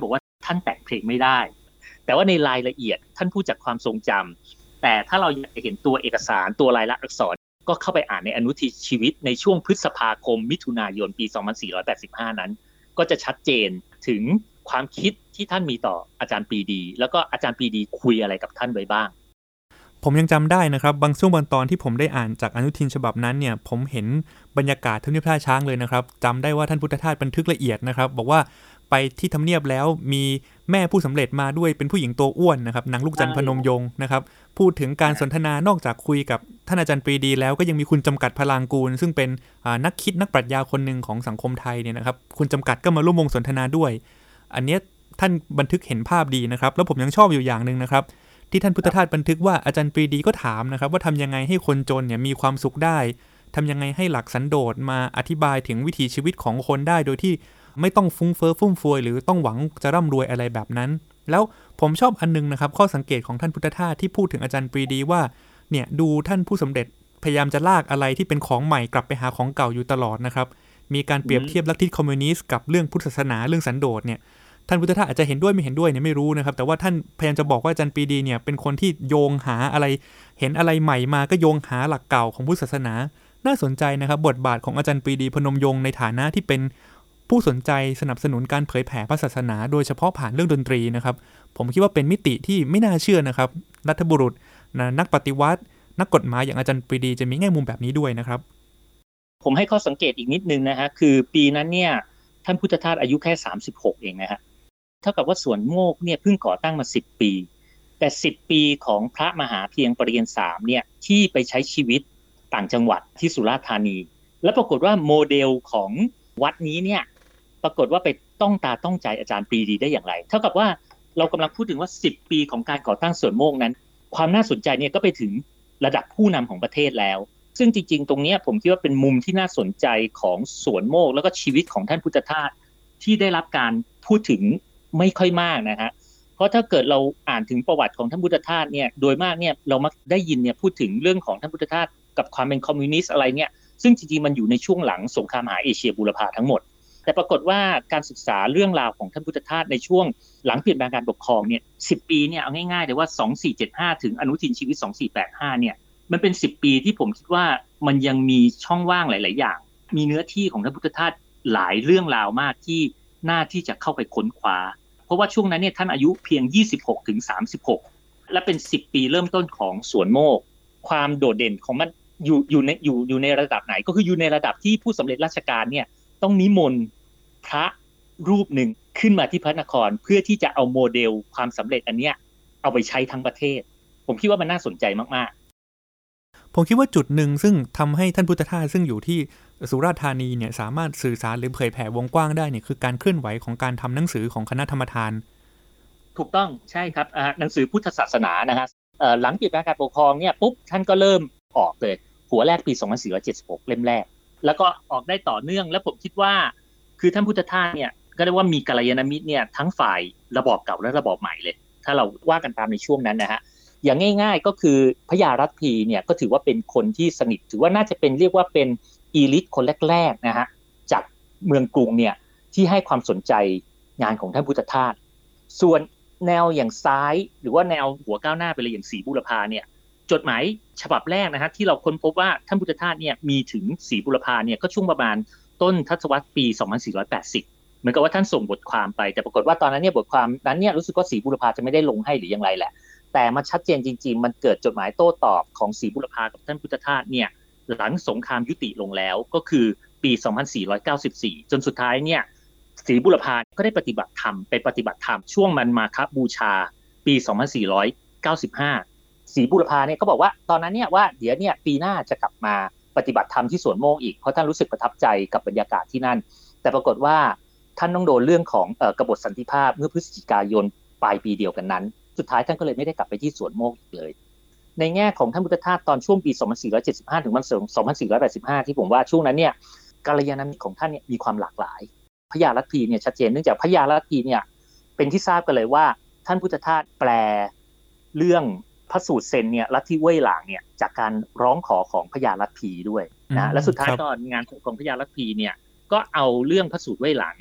ท่านแต่งเพลงไม่ได้แต่ว่าในรายละเอียดท่านพูดจากความทรงจำแต่ถ้าเราอยากจะเห็นตัวเอกสารตัวลายลักษณ์อักษรก็เข้าไปอ่านในอนุทินชีวิตในช่วงพฤษภาคมมิถุนายนปีสองพันสี่ร้อยแปดสิบห้านั้นก็จะชัดเจนถึงความคิดที่ท่านมีต่ออาจารย์ปรีดีแล้วก็อาจารย์ปรีดีคุยอะไรกับท่านไว้บ้างผมยังจำได้นะครับบางช่วงบางตอนที่ผมได้อ่านจากอนุทินฉบับนั้นเนี่ยผมเห็นบรรยากาศทำเนียบท่าช้างเลยนะครับจำได้ว่าท่านพุทธทาสบันทึกละเอียดนะครับบอกว่าไปที่ทำเนียบแล้วมีแม่ผู้สำเร็จมาด้วยเป็นผู้หญิงตัวอ้วนนะครับนางลูกจันทร์พนมยงค์นะครับพูดถึงการสนทนานอกจากคุยกับท่านอาจารย์ปรีดีแล้วก็ยังมีคุณจำกัดพลางกูลซึ่งเป็นนักคิดนักปรัชญาคนหนึ่งของสังคมไทยเนี่ยนะครับคุณจำกัดก็มาร่วมวงสนทนาด้วยอันนี้ท่านบันทึกเห็นภาพดีนะครับแล้วผมยังชอบอยู่อย่างนึงนะครับที่ท่านพุทธทาสบันทึกว่าอาจารย์ปรีดีก็ถามนะครับว่าทำยังไงให้คนจนเนี่ยมีความสุขได้ทำยังไงให้หลักสันโดษมาอธิบายถึงวิถีชีวิตของคนได้โดยที่ไม่ต้องฟุ้งเฟ้อฟุ่มเฟือยหรือต้องหวังจะร่ำรวยอะไรแบบนั้นแล้วผมชอบอันนึงนะครับข้อสังเกตของท่านพุทธทาสที่พูดถึงอาจารย์ปรีดีว่าเนี่ยดูท่านผู้สำเร็จพยายามจะลากอะไรที่เป็นของใหม่กลับไปหาของเก่าอยู่ตลอดนะครับมีการเปรียบเทียบลัทธิคอมมิวนิสต์กับเรื่องพุทธศาสนาเรื่องสันโดษเนี่ยท่านพุทธทาสอาจจะเห็นด้วยไม่เห็นด้วยเนี่ยไม่รู้นะครับแต่ว่าท่านพยายามจะบอกว่าอาจารย์ปรีดีเนี่ยเป็นคนที่โยงหาอะไรเห็นอะไรใหม่มาก็โยงหาหลักเก่าของพุทธศาสนาน่าสนใจนะครับบทบาทของอาจารย์ปรีดีพนมยงค์ในฐานะที่เป็นผู้สนใจสนับสนุนการเผยแผ่พระศาสนาโดยเฉพาะผ่านเรื่องดนตรีนะครับผมคิดว่าเป็นมิติที่ไม่น่าเชื่อนะครับรัฐบุรุษนักปฏิวัตินักกฎหมายอย่างอาจารย์ปรีดีจะมีแง่มุมแบบนี้ด้วยนะครับผมให้ข้อสังเกตอีกนิดนึงนะฮะคือปีนั้นเนี่ยท่านพุทธทาสอายุแค่สามสิบหกเองนะฮะเท่ากับว่าสวนโมกเนี่ยเพิ่งก่อตั้งมาสิบปีแต่สิบปีของพระมหาเพียงปริญญาสามเนี่ยที่ไปใช้ชีวิตต่างจังหวัดที่สุราษฎร์ธานีแล้วปรากฏว่าโมเดลของวัดนี้เนี่ยปรากฏว่าไปต้องตาต้องใจอาจารย์ปรีดีได้อย่างไรเท่ากับว่าเรากำลังพูดถึงว่าสิบปีของการก่อตั้งสวนโมกนั้นความน่าสนใจเนี่ยก็ไปถึงระดับผู้นำของประเทศแล้วซึ่งจริงๆตรงนี้ผมคิดว่าเป็นมุมที่น่าสนใจของสวนโมกแล้วก็ชีวิตของท่านพุทธทาสที่ได้รับการพูดถึงไม่ค่อยมากนะฮะเพราะถ้าเกิดเราอ่านถึงประวัติของท่านพุทธทาสเนี่ยโดยมากเนี่ยเรามักได้ยินเนี่ยพูดถึงเรื่องของท่านพุทธทาสกับความเป็นคอมมิวนิสต์อะไรเนี่ยซึ่งจริงๆมันอยู่ในช่วงหลังสงครามมหาเอเชียบูรพาทั้งหมดแต่ปรากฏว่าการศึกษาเรื่องราวของท่านพุทธทาสในช่วงหลังเปลี่ยนแปลงการปกครองเนี่ยสิบปีเนี่ยเอาง่ายๆเลยว่าสองพันสี่ร้อยเจ็ดสิบห้าถึงอนุทินชีวิตสองพันสี่ร้อยแปดสิบห้าเนี่ยมันเป็นสิบปีที่ผมคิดว่ามันยังมีช่องว่างหลายๆอย่างมีเนื้อที่ของท่านพุทธทาสหลายเรื่องราวมากที่น่าที่จะเข้าไปค้นคว้าเพราะว่าช่วงนั้นเนี่ยท่านอายุเพียงยี่สิบหกถึงสามสิบหกและเป็นสิบปีเริ่มต้นของสวนโมกความโดดเด่นของมันอยู่อยู่ในอยู่อยู่ในระดับไหนก็คืออยู่ในระดับที่ผู้สำเร็จราชการเนี่ยต้องนิมนต์พระรูปหนึ่งขึ้นมาที่พระนครเพื่อที่จะเอาโมเดลความสำเร็จอันเนี้ยเอาไปใช้ทั้งประเทศผมคิดว่ามันน่าสนใจมากๆผมคิดว่าจุดหนึ่งซึ่งทำให้ท่านพุทธทาสซึ่งอยู่ที่สุราษฎร์ธานีเนี่ยสามารถสื่อสารหรือเผยแผ่วงกว้างได้เนี่ยคือการเคลื่อนไหวของการทำหนังสือของคณะธรรมทานถูกต้องใช่ครับหนังสือพุทธศาสนานะฮะหลังเปลี่ยนแปลงการปกครองเนี่ยปุ๊บท่านก็เริ่มออกเลยหัวแรกปีสองพันสี่ร้อยเจ็ดสิบหกเล่มแรกแล้วก็ออกได้ต่อเนื่องและผมคิดว่าคือท่านพุทธทาสเนี่ยก็เรียกว่ามีกัลยาณมิตรเนี่ยทั้งฝ่ายระบอบเก่าและระบอบใหม่เลยถ้าเราว่ากันตามในช่วงนั้นนะฮะอย่างง่ายๆก็คือพญารัตพีเนี่ยก็ถือว่าเป็นคนที่สนิทถือว่าน่าจะเป็นเรียกว่าเป็นอีลิทคนแรกๆนะฮะจากเมืองกรุงเนี่ยที่ให้ความสนใจงานของท่านพุทธทาสส่วนแนวอย่างซ้ายหรือว่าแนวหัวก้าวหน้าไปเลยอย่างศรีบุรพาเนี่ยจดหมายฉบับแรกนะฮะที่เราค้นพบว่าท่านพุทธทาสเนี่ยมีถึงศรีบุรพาเนี่ยก็ช่วงประมาณต้นทศวรรษปีสองพันสี่ร้อยแปดสิบเหมือนกับว่าท่านส่งบทความไปแต่ปรากฏว่าตอนนั้นเนี่ยบทความนั้นเนี่ยรู้สึกว่าศรีบุรพาจะไม่ได้ลงให้หรือยังไรแหละแต่มันชัดเจนจริงๆมันเกิดจดหมายโต้ตอบของศรีบุรพากับท่านพุทธทาสเนี่ยหลังสงครามยุติลงแล้วก็คือปีสองพันสี่ร้อยเก้าสิบสี่จนสุดท้ายเนี่ยศรีบุรพาก็ได้ปฏิบัติธรรมไปปฏิบัติธรรมช่วงมันมาฆบูชาปีสองพันสี่ร้อยเก้าสิบห้าศรีบุรพาเนี่ยก็บอกว่าตอนนั้นเนี่ยว่าเดี๋ยวเนี่ยปีหน้าจะกลับมาปฏิบัติธรรมที่สวนโมกอีกเพราะท่านรู้สึกประทับใจกับบรรยากาศที่นั่นแต่ปรากฏว่าท่านต้องโดนเรื่องของเอ่อกบฏสันติภาพเมื่อพฤศจิกายนปลายปีเดียวกันนั้นสุดท้ายท่านก็เลยไม่ได้กลับไปที่สวนโมกอีกเลยในแง่ของท่านพุทธทาสตอนช่วงปีสองพันสี่ร้อยเจ็ดสิบห้าถึงสองพันสี่ร้อยแปดสิบห้าที่ผมว่าช่วงนั้นเนี่ยกัลยาณมิตรของท่านเนี่ยมีความหลากหลายพญารัตพีเนี่ยชัดเจนเนื่องจากพญารัตพีเนี่ยเป็นที่ทราบกันเลยว่าท่านพุทธทาสแปลเรื่องพระสูตรเซนเนี่ยลัทธิเว่ยหลางเนี่ยจากการร้องขอของพญารัตพีด้วยนะและสุดท้ายตอนงานของพญารัตพีเนี่ยก็เอาเรื่องพระสูตรเว่ยหลางเนี่ย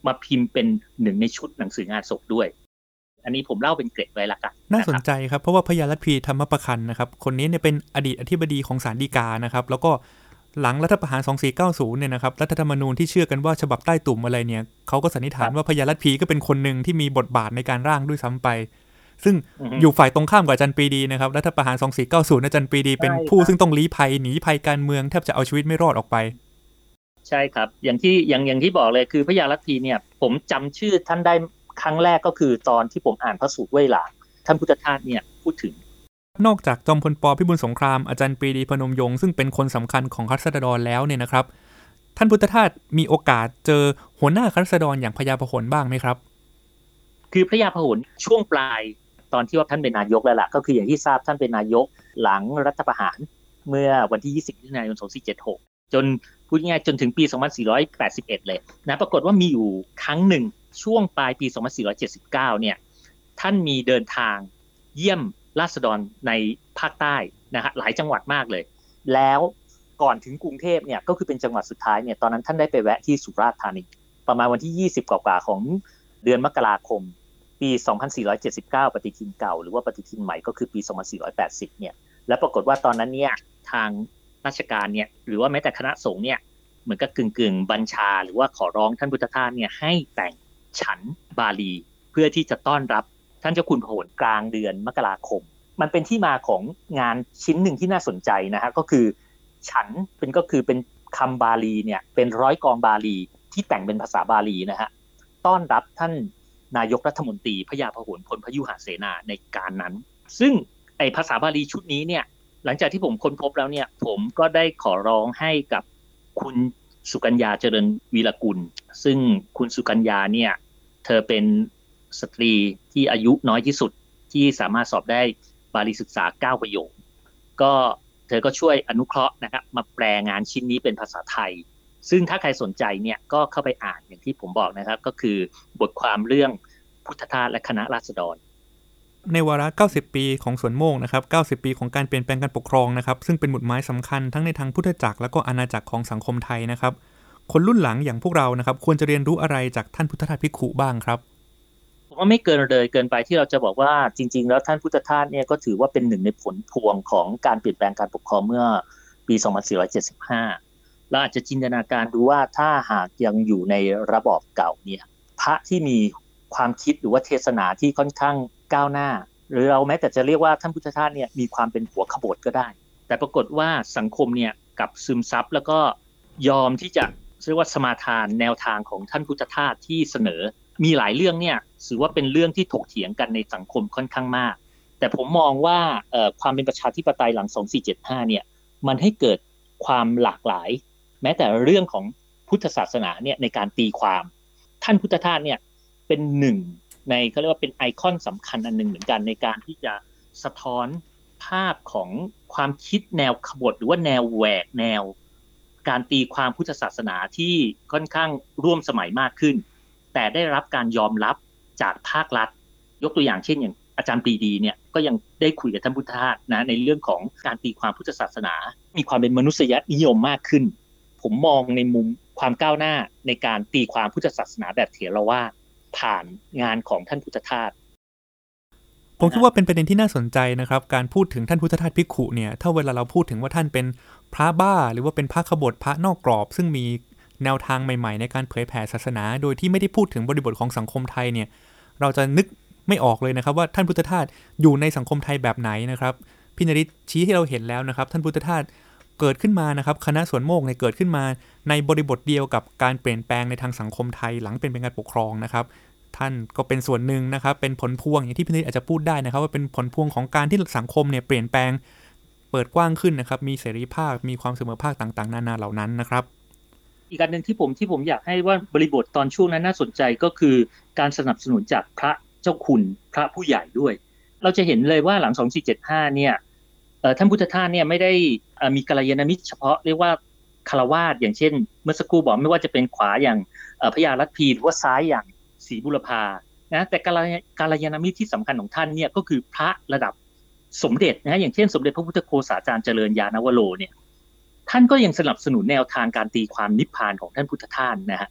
มาพิมพ์เป็นหนึ่งในชุดหนังสืองานศพด้วยอันนี้ผมเล่าเป็นเกร็ดไว้ละกันน่าสนใจครับเพราะว่าพญาลัทพีธรรมประคันนะครับคนนี้เนี่ยเป็นอดีตอธิบดีของศาลฎีกานะครับแล้วก็หลังรัฐประหารสองพันสี่ร้อยเก้าสิบเนี่ยนะครับรัฐธรรมนูญที่เชื่อกันว่าฉบับใต้ตุ่มอะไรเนี่ยเขาก็สันนิษฐานว่าพญาลัทพีก็เป็นคนหนึ่งที่มีบทบาทในการร่างด้วยซ้ำไปซึ่งอยู่ฝ่ายตรงข้ามกับอาจารย์ปรีดีนะครับรัฐประหารสองพันสี่ร้อยเก้าสิบอาจารย์ปรีดีเป็นผู้ซึ่งต้องลี้ภัยหนีภัยการเมืองแทบจะเอาชีวิตไม่รอดออกไปใช่ครับอย่างที่อย่างอย่างที่บอกเลยคือพญาลัทพีเนี่ยผมจำชื่อท่านได้ครั้งแรกก็คือตอนที่ผมอ่านพระสูตรเว่ยหลางท่านพุทธทาสเนี่ยพูดถึงนอกจากจอมพลป.พิบูลสงครามอาจารย์ปรีดีพนมยงค์ซึ่งเป็นคนสำคัญของคณะราษฎรแล้วเนี่ยนะครับท่านพุทธทาสมีโอกาสเจอหัวหน้าคณะราษฎรอย่างพญาพหลบ้างไหมครับคือพญาพหลช่วงปลายตอนที่ว่าท่านเป็นนายกแล้วล่ะก็คืออย่างที่ทราบท่านเป็นนายกหลังรัฐประหารเมื่อวันที่ยี่สิบมิถุนายนสองพันสี่ร้อยเจ็ดสิบหกจนพูดง่ายๆจนถึงปีสองพันสี่ร้อยแปดสิบเอ็ดเลยนะปรากฏว่ามีอยู่ครั้งหนึ่งช่วงปลายปีสองพันสี่ร้อยเจ็ดสิบเก้าเนี่ยท่านมีเดินทางเยี่ยมราษฎรในภาคใต้นะฮะหลายจังหวัดมากเลยแล้วก่อนถึงกรุงเทพเนี่ยก็คือเป็นจังหวัดสุดท้ายเนี่ยตอนนั้นท่านได้ไปแวะที่สุราษฎร์ธานีประมาณวันที่ยี่สิบกว่าๆของเดือนมกราคมปีสองพันสี่ร้อยเจ็ดสิบเก้าปฏิทินเก่าหรือว่าปฏิทินใหม่ก็คือปีสองพันสี่ร้อยแปดสิบเนี่ยและปรากฏว่าตอนนั้นเนี่ยทางราชการเนี่ยหรือว่าแม้แต่คณะสงฆ์เนี่ยเหมือนกับกึ่งๆบัญชาหรือว่าขอร้องท่านพุทธทาสเนี่ยให้แต่งฉันบาลีเพื่อที่จะต้อนรับท่านเจ้าคุณพหลกลางเดือนมกราคมมันเป็นที่มาของงานชิ้นหนึ่งที่น่าสนใจนะฮะก็คือฉันเป็นก็คือเป็นคำบาลีเนี่ยเป็นร้อยกองบาลีที่แต่งเป็นภาษาบาลีนะฮะต้อนรับท่านนายกรัฐมนตรีพญาพหลพลพยุหเสนาในการนั้นซึ่งไอภาษาบาลีชุดนี้เนี่ยหลังจากที่ผมค้นพบแล้วเนี่ยผมก็ได้ขอร้องให้กับคุณสุกัญญาเจริญวีรกุลซึ่งคุณสุกัญญาเนี่ยเธอเป็นสตรีที่อายุน้อยที่สุดที่สามารถสอบได้บาลีศึกษาเก้าประโยคก็เธอก็ช่วยอนุเคราะห์นะครับมาแปลงานชิ้นนี้เป็นภาษาไทยซึ่งถ้าใครสนใจเนี่ยก็เข้าไปอ่านอย่างที่ผมบอกนะครับก็คือบทความเรื่องพุทธทาสและคณะราษฎรในวาระเก้าสิบปีของสวนโมกนะครับเก้าสิบปีของการเปลี่ยนแปลงการปกครองนะครับซึ่งเป็นหมุดหมายสำคัญทั้งในทางพุทธจักรและก็อาณาจักรของสังคมไทยนะครับคนรุ่นหลังอย่างพวกเรานะครับควรจะเรียนรู้อะไรจากท่านพุทธทาสภิกขุบ้างครับผมว่าไม่เกินเลยเกินไปที่เราจะบอกว่าจริงๆแล้วท่านพุทธทาสเนี่ยก็ถือว่าเป็นหนึ่งในผลพวงของการเปลี่ยนแปลงการปกครองเมื่อปีสองพันสี่ร้อยเจ็ดสิบห้าเราอาจจะจินตนาการดูว่าถ้าหากยังอยู่ในระบอบเก่าเนี่ยพระที่มีความคิดหรือว่าเทศนาที่ค่อนข้างก้าวหน้าหรือเราแม้แต่จะเรียกว่าท่านพุทธทาสเนี่ยมีความเป็นหัวขบถก็ได้แต่ปรากฏว่าสังคมเนี่ยกับซึมซับแล้วก็ยอมที่จะเรียกว่าสมาทานแนวทางของท่านพุทธทาสที่เสนอมีหลายเรื่องเนี่ยถือว่าเป็นเรื่องที่ถกเถียงกันในสังคมค่อนข้างมากแต่ผมมองว่าเอ่อความเป็นประชาธิปไตยหลังสองพันสี่ร้อยเจ็ดสิบห้าเนี่ยมันให้เกิดความหลากหลายแม้แต่เรื่องของพุทธศาสนาเนี่ยในการตีความท่านพุทธทาสเนี่ยเป็นหนึ่งในเขาเรียกว่าเป็นไอคอนสำคัญอันนึงเหมือนกันในการที่จะสะท้อนภาพของความคิดแนวขบถหรือว่าแนวแหวกแนวการตีความพุทธศาสนาที่ค่อนข้างร่วมสมัยมากขึ้นแต่ได้รับการยอมรับจากภาครัฐยกตัวอย่างเช่นอย่างอาจารย์ปรีดีเนี่ยก็ยังได้คุยกับท่านพุทธทาสนะในเรื่องของการตีความพุทธศาสนามีความเป็นมนุษยนิยมมากขึ้นผมมองในมุมความก้าวหน้าในการตีความพุทธศาสนาแบบเถรวาทผ่านงานของท่านพุทธทาสผมคิดว่าเป็นประเด็นที่น่าสนใจนะครับการพูดถึงท่านพุทธทาสภิกขุเนี่ยถ้าเวลาเราพูดถึงว่าท่านเป็นพระบ้าหรือว่าเป็นพระขบถพระนอกกรอบซึ่งมีแนวทางใหม่ๆในการเผยแผ่ศาสนาโดยที่ไม่ได้พูดถึงบริบทของสังคมไทยเนี่ยเราจะนึกไม่ออกเลยนะครับว่าท่านพุทธทาสอยู่ในสังคมไทยแบบไหนนะครับพี่นฤทธิ์ชี้ให้เราเห็นแล้วนะครับท่านพุทธทาสเกิดขึ้นมานะครับคณะสวนโมกเนี่ยเกิดขึ้นมาในบริบทเดียวกับการเปลี่ยนแปลงในทางสังคมไทยหลังเป็นการปกครองนะครับท่านก็เป็นส่วนหนึ่งนะครับเป็นผลพวงอย่างที่พี่นฤทธิ์อาจจะพูดได้นะครับว่าเป็นผลพวงของการที่สังคมเนี่ยเปลี่ยนแปลงเปิดกว้างขึ้นนะครับมีเสรีภาพมีความเสมอภาคต่างๆนานาเหล่านั้นนะครับอีกอันนึงที่ผมที่ผมอยากให้ว่าบริบทตอนช่วงนั้นน่าสนใจก็คือการสนับสนุนจากพระเจ้าคุณพระผู้ใหญ่ด้วยเราจะเห็นเลยว่าหลังสองพันสี่ร้อยเจ็ดสิบห้าเนี่ยเอ่อท่านพุทธทาสเนี่ยไม่ได้มีกัลยาณมิตรเฉพาะเรียกว่าฆราวาสอย่างเช่นเมื่อสักครู่บอกไม่ว่าจะเป็นขวาอย่างพญาลัทพีหรือว่าซ้ายอย่างศรีบุรพานะแต่กัลยาณมิตรที่สำคัญของท่านเนี่ยก็คือพระระดับสมเด็จนะอย่างเช่นสมเด็จพระพุทธโฆษาจารย์เจริญญาณวโรเนี่ยท่านก็ยังสนับสนุนแนวทางการตีความนิพพานของท่านพุทธทาสนะฮะ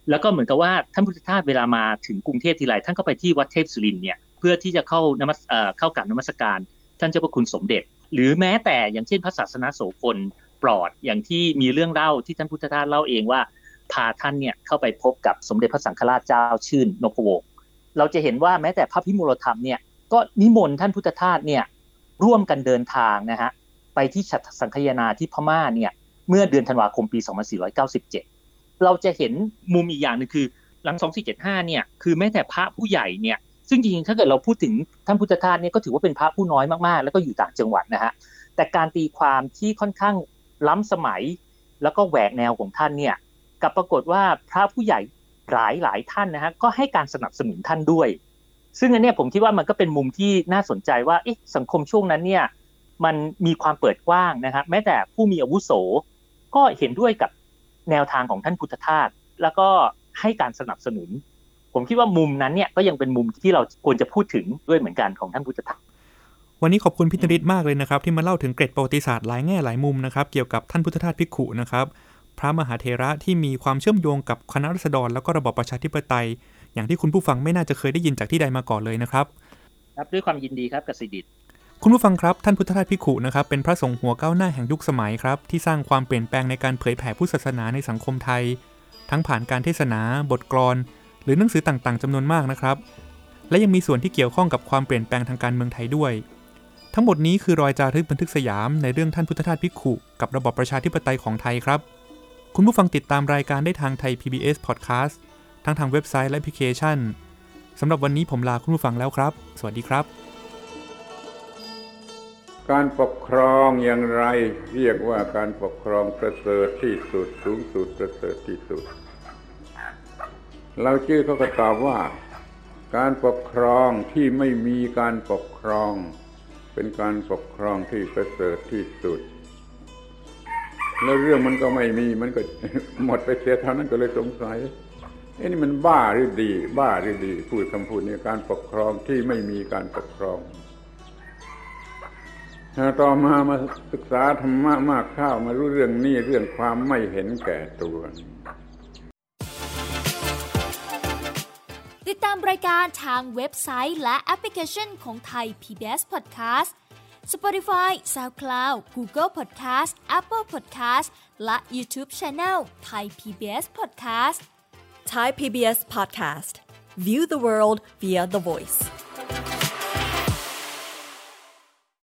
แล้วก็เหมือนกับว่าท่านพุทธทาสเวลามาถึงกรุงเทพทีไรท่านก็ไปที่วัดเทพสุรินทร์เนี่ยเพื่อที่จะเข้านมัสเอ่อเข้ากราบนมัสการท่านเจ้าพระคุณสมเด็จหรือแม้แต่อย่างเช่นพระศาสนโสพลปลอดอย่างที่มีเรื่องเล่าที่ท่านพุทธทาสเล่าเองว่าพาท่านเนี่ยเข้าไปพบกับสมเด็จพระสังฆราชเจ้าชื่นนพวงศ์เราจะเห็นว่าแม้แต่พระพิมลธรรมเนี่ยก็นิมนต์ท่านพุทธทาสเนี่ยร่วมกันเดินทางนะฮะไปที่ฉัตรสังคายนาที่พม่าเนี่ยเมื่อเดือนธันวาคมปีสองพันสี่ร้อยเก้าสิบเจ็ดเราจะเห็นมุมอีกอย่างนึงคือหลังสองพันสี่ร้อยเจ็ดสิบห้าเนี่ยคือแม้แต่พระผู้ใหญ่เนี่ยซึ่งจริงๆถ้าเกิดเราพูดถึงท่านพุทธทาสเนี่ยก็ถือว่าเป็นพระผู้น้อยมากๆแล้วก็อยู่ต่างจังหวัดนะฮะแต่การตีความที่ค่อนข้างล้ำสมัยแล้วก็แหวกแนวของท่านเนี่ยกับปรากฏว่าพระผู้ใหญ่หลายหลายท่านนะฮะก็ให้การสนับสนุนท่านด้วยซึ่งอันเนี้ยผมคิดว่ามันก็เป็นมุมที่น่าสนใจว่าเอ๊ะสังคมช่วงนั้นเนี่ยมันมีความเปิดกว้างนะครับแม้แต่ผู้มีอาวุโสก็เห็นด้วยกับแนวทางของท่านพุทธทาสแล้วก็ให้การสนับสนุนผมคิดว่ามุมนั้นเนี่ยก็ยังเป็นมุมที่เราควรจะพูดถึงด้วยเหมือนกันของท่านพุทธทาสวันนี้ขอบคุณพี่นฤทธิ์มากเลยนะครับที่มาเล่าถึงเกร็ดประวัติศาสตร์หลายแง่หลายมุมนะครับเกี่ยวกับท่านพุทธทาสภิกขุนะครับพระมหาเถระที่มีความเชื่อมโยงกับคณะราษฎรแล้วก็ระบอบประชาธิปไตยอย่างที่คุณผู้ฟังไม่น่าจะเคยได้ยินจากที่ใดมาก่อนเลยนะครับครับด้วยความยินดีครับกสิดิษฐ์คุณผู้ฟังครับท่านพุทธทาสภิกขุนะครับเป็นพระสงฆ์หัวก้าวหน้าแห่งยุคสมัยครับที่สร้างความเปลี่ยนแปลงในการเผยแผ่พุทธศาสนาในสังคมไทยทั้งผ่านการเทศนาบทกลอนหรือหนังสือต่างๆจำนวนมากนะครับและยังมีส่วนที่เกี่ยวข้องกับความเปลี่ยนแปลงทางการเมืองไทยด้วยทั้งหมดนี้คือรอยจารึกบันทึกสยามในเรื่องท่านพุทธทาสภิกขุกับระบอบประชาธิปไตยของไทยครับคุณผู้ฟังติดตามรายการได้ทางไทย พี บี เอส Podcast ทั้งทางเว็บไซต์และแอปพลิเคชันสำหรับวันนี้ผมลาคุณผู้ฟังแล้วครับสวัสดีครับการปกครองอย่างไรเรียกว่าการปกครองประเสริฐที่สุดสูงสุดประเสริฐที่สุดเราชื่อเขาก็ตอบว่าการปกครองที่ไม่มีการปกครองเป็นการปกครองที่ประเสริฐที่สุดแล้วเรื่องมันก็ไม่มีมันก็หมดไปเสียเท่านั้นก็เลยสงสัยเอ๊ะนี่มันบ้าหรือดีบ้าหรือดีพูดคำพูดนี้การปกครองที่ไม่มีการปกครองต่อมามาศึกษาธรรมะมากเข้ามารู้เรื่องนี้เรื่องความไม่เห็นแก่ตัวติดตามรายการทางเว็บไซต์และแอปพลิเคชันของไทย พี บี เอส Podcast Spotify, SoundCloud, Google Podcast, Apple Podcast และ YouTube Channel Thai พี บี เอส Podcast Thai พี บี เอส Podcast View the world via the voice